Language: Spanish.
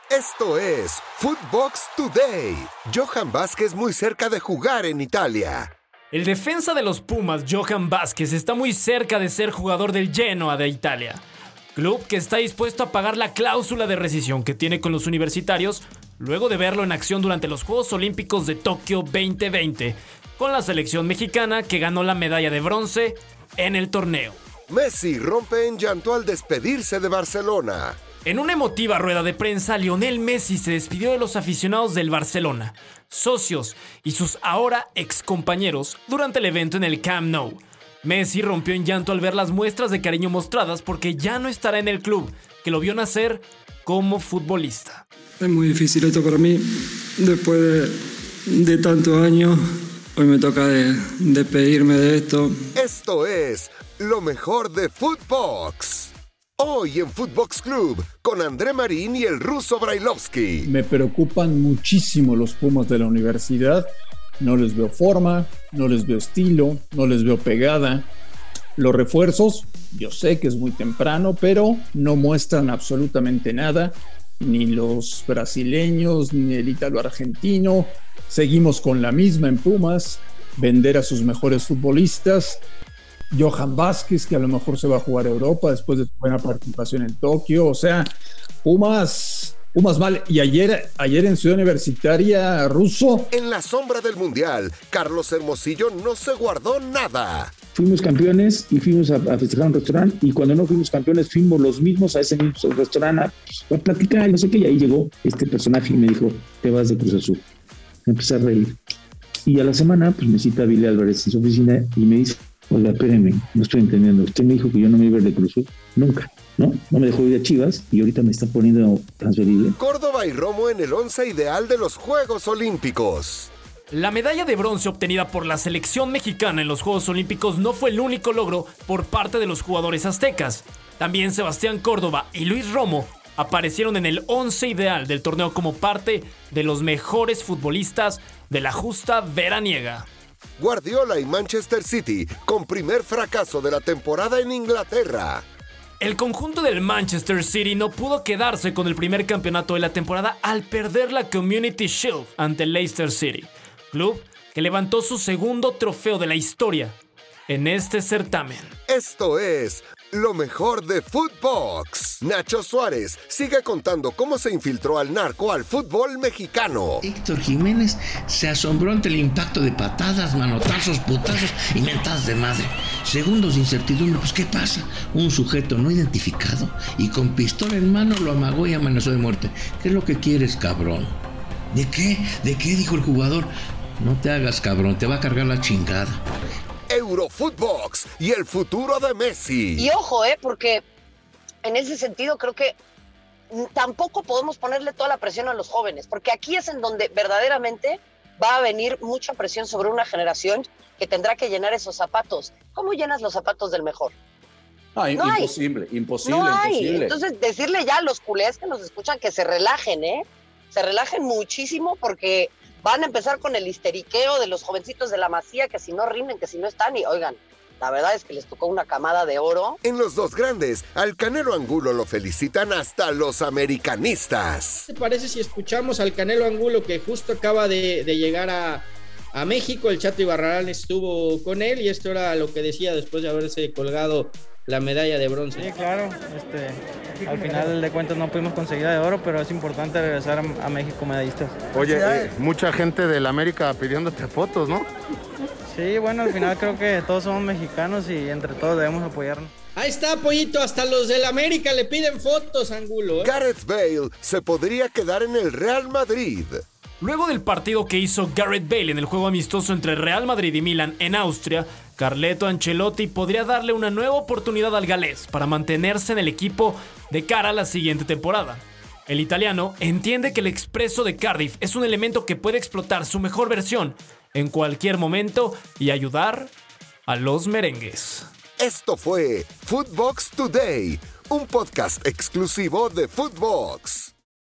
Esto es Footbox Today. Johan Vázquez muy cerca de jugar en Italia. El defensa de los Pumas, Johan Vázquez, está muy cerca de ser jugador del Genoa de Italia, club que está dispuesto a pagar la cláusula de rescisión que tiene con los universitarios luego de verlo en acción durante los Juegos Olímpicos de Tokio 2020, con la selección mexicana que ganó la medalla de bronce en el torneo. Messi rompe en llanto al despedirse de Barcelona. En una emotiva rueda de prensa, Lionel Messi se despidió de los aficionados del Barcelona, socios y sus ahora excompañeros durante el evento en el Camp Nou. Messi rompió en llanto al ver las muestras de cariño mostradas porque ya no estará en el club, que lo vio nacer como futbolista. Es muy difícil esto para mí, después de tantos años, hoy me toca despedirme de esto. Esto es lo mejor de Footbox. Hoy en Footbox Club, con André Marín y el ruso Brailovsky. Me preocupan muchísimo los Pumas de la universidad. No les veo forma, no les veo estilo, no les veo pegada. Los refuerzos, yo sé que es muy temprano, pero no muestran absolutamente nada. Ni los brasileños, ni el ítalo-argentino. Seguimos con la misma en Pumas, vender a sus mejores futbolistas. Johan Vázquez, que a lo mejor se va a jugar a Europa después de su buena participación en Tokio. O sea, Pumas mal. Y ayer en Ciudad Universitaria, ruso. En la sombra del Mundial, Carlos Hermosillo no se guardó nada. Fuimos campeones y fuimos a festejar un restaurante, y cuando no fuimos campeones fuimos los mismos a ese mismo restaurante a platicar, no sé qué, y ahí llegó este personaje y me dijo, te vas de Cruz Azul. Me empecé a reír. Y a la semana, pues me cita Billy Álvarez en su oficina y me dice, oiga, espéreme, no estoy entendiendo. Usted me dijo que yo no me iba a ir de Cruz Azul. Nunca, ¿no? No me dejó ir a Chivas y ahorita me está poniendo transferible. Córdoba y Romo en el 11 ideal de los Juegos Olímpicos. La medalla de bronce obtenida por la selección mexicana en los Juegos Olímpicos no fue el único logro por parte de los jugadores aztecas. También Sebastián Córdoba y Luis Romo aparecieron en el 11 ideal del torneo como parte de los mejores futbolistas de la justa veraniega. Guardiola y Manchester City con primer fracaso de la temporada en Inglaterra. El conjunto del Manchester City no pudo quedarse con el primer campeonato de la temporada al perder la Community Shield ante el Leicester City, club que levantó su segundo trofeo de la historia en este certamen. Esto es lo mejor de Footbox. Nacho Suárez sigue contando cómo se infiltró al narco al fútbol mexicano. Héctor Jiménez se asombró ante el impacto de patadas, manotazos, putazos y mentadas de madre. Segundos de incertidumbre, pues ¿qué pasa? Un sujeto no identificado y con pistola en mano lo amagó y amenazó de muerte. ¿Qué es lo que quieres, cabrón? ¿De qué? ¿De qué? Dijo el jugador. No te hagas, cabrón, te va a cargar la chingada. Eurofootbox y el futuro de Messi. Y ojo, porque en ese sentido creo que tampoco podemos ponerle toda la presión a los jóvenes, porque aquí es en donde verdaderamente va a venir mucha presión sobre una generación que tendrá que llenar esos zapatos. ¿Cómo llenas los zapatos del mejor? No imposible. No hay. Entonces, decirle ya a los culés que nos escuchan que se relajen, se relajen muchísimo, porque van a empezar con el histeriqueo de los jovencitos de la Masía, que si no rinden, que si no están, y oigan, la verdad es que les tocó una camada de oro. En los dos grandes, al Canelo Angulo lo felicitan hasta los americanistas. ¿Qué te parece si escuchamos al Canelo Angulo, que justo acaba de llegar a México? El Chato Ibarrarán estuvo con él y esto era lo que decía después de haberse colgado la medalla de bronce. Sí, claro, al final de cuentas no pudimos conseguir de oro, pero es importante regresar a México medallistas. Oye, mucha gente del América pidiéndote fotos, ¿no? Sí, bueno, al final creo que todos somos mexicanos y entre todos debemos apoyarnos. Ahí está, Pollito, hasta los del América le piden fotos, Angulo. Gareth Bale se podría quedar en el Real Madrid. Luego del partido que hizo Gareth Bale en el juego amistoso entre Real Madrid y Milan en Austria, Carleto Ancelotti podría darle una nueva oportunidad al galés para mantenerse en el equipo de cara a la siguiente temporada. El italiano entiende que el Expreso de Cardiff es un elemento que puede explotar su mejor versión en cualquier momento y ayudar a los merengues. Esto fue Footbox Today, un podcast exclusivo de Footbox.